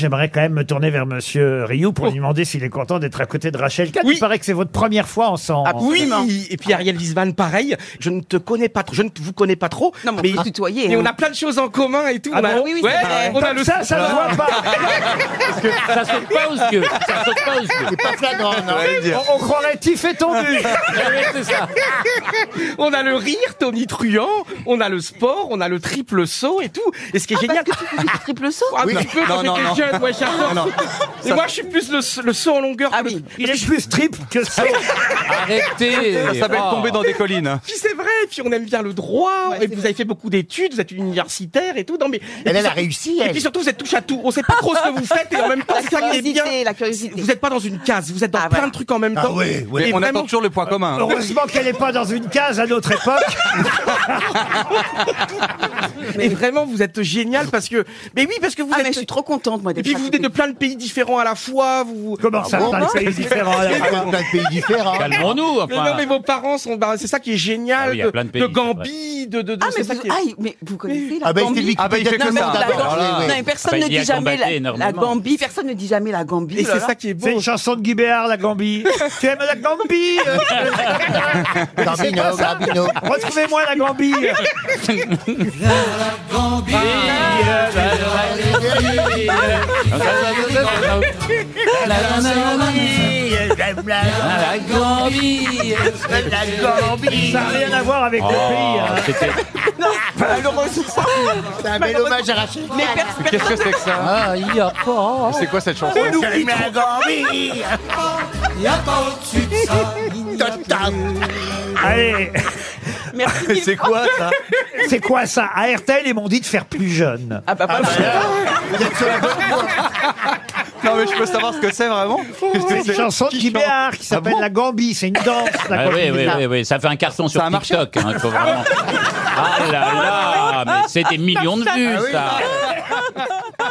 j'aimerais quand même me tourner vers Monsieur Rioux pour lui demander s'il est content d'être à côté de Rachel Kahn. Oui. Il paraît que c'est votre première fois ensemble. Oui, et puis Ariel Wiesman, pareil. Je ne te connais pas trop, je ne vous connais pas trop. Non, mais on peut se tutoyer, mais hein. on a plein de choses en commun et tout. Ah on a, bon oui, c'est vrai. on a Comme le ça se voit pas. Ça saute pas aux yeux. Ça saute pas aux yeux. C'est pas flagrant, non. On croirait Tiff et Tondu. C'est ça. On a le rire, Tony Truant, on a le sport, on a le triple saut et tout. Et ce qui est génial, Parce que tu fais du triple saut. un petit peu quand non, j'étais jeune, ouais, j'adore. Et moi, je suis plus le saut en longueur. Ah que oui. Il est plus triple que ça. Arrêtez. Ça s'appelle Oh. tomber dans des collines. Puis c'est vrai, puis on aime bien le droit, Ouais, et c'est vous vrai. avez fait beaucoup d'études, vous êtes universitaire et tout. Non, mais, Elle a réussi, et elle. puis surtout, vous êtes touche à tout. On sait pas trop ce que vous faites, et en même temps, La c'est ça qui est bien. curiosité, la curiosité. Vous n'êtes pas dans une case, vous êtes dans Ah, plein voilà. de trucs en même temps. oui, oui. Et On vraiment, attend toujours le point commun. hein. Heureusement qu'elle n'est pas dans une case à notre époque. mais vraiment, vous êtes génial parce que, mais oui, parce que vous Ah, mais êtes, je suis trop contente, moi, et d'être puis vous venez de plein de pays différents à la fois, vous. Comment ça, bon plein de pays différents à la fois. Plein de pays différents. Calmons-nous. Mais Enfin. non, mais vos parents sont, c'est ça qui est génial, Ah oui, il y a plein de pays, de c'est Gambie, de Ah, mais c'est ça vous, qui est- mais vous connaissez la Ah, bah, il fait Gambie? Ah, bah, il fait que tout le ça. monde La d'abord. Gambie. Oui, oui. Non, mais personne Enfin, ne il y a dit jamais combattu la énormément. Gambie. Personne ne dit jamais la Gambie. Et Oh là c'est là. ça qui est beau. C'est une chanson de Guy Béard, la Gambie. Tu aimes la Gambie Gambino, Gambino. Retrouvez-moi la Gambie. La Gambie. Ça n'a rien à voir avec le pays. hein. C'était Malheureusement. C'est un bel hommage à Rachel. Mais Qu'est-ce que c'est que ça Ah, il y a pas. C'est quoi cette chanson J'aime la Gambie. Allez, merci. C'est quoi ça c'est quoi ça? À RTL, ils m'ont dit de faire plus jeune. Ah bah voilà. Vous êtes sur la bonne voie. Non mais je peux savoir ce que c'est vraiment Qu'est-ce que C'est une c'est chanson de Qui Guy chante Béard qui s'appelle bon la Gambie. C'est une danse. La Ah, Gambie. oui, ça fait un carton sur Ça a marché TikTok. Hein, il faut vraiment. Ah là là, mais c'est des millions de vues, ça.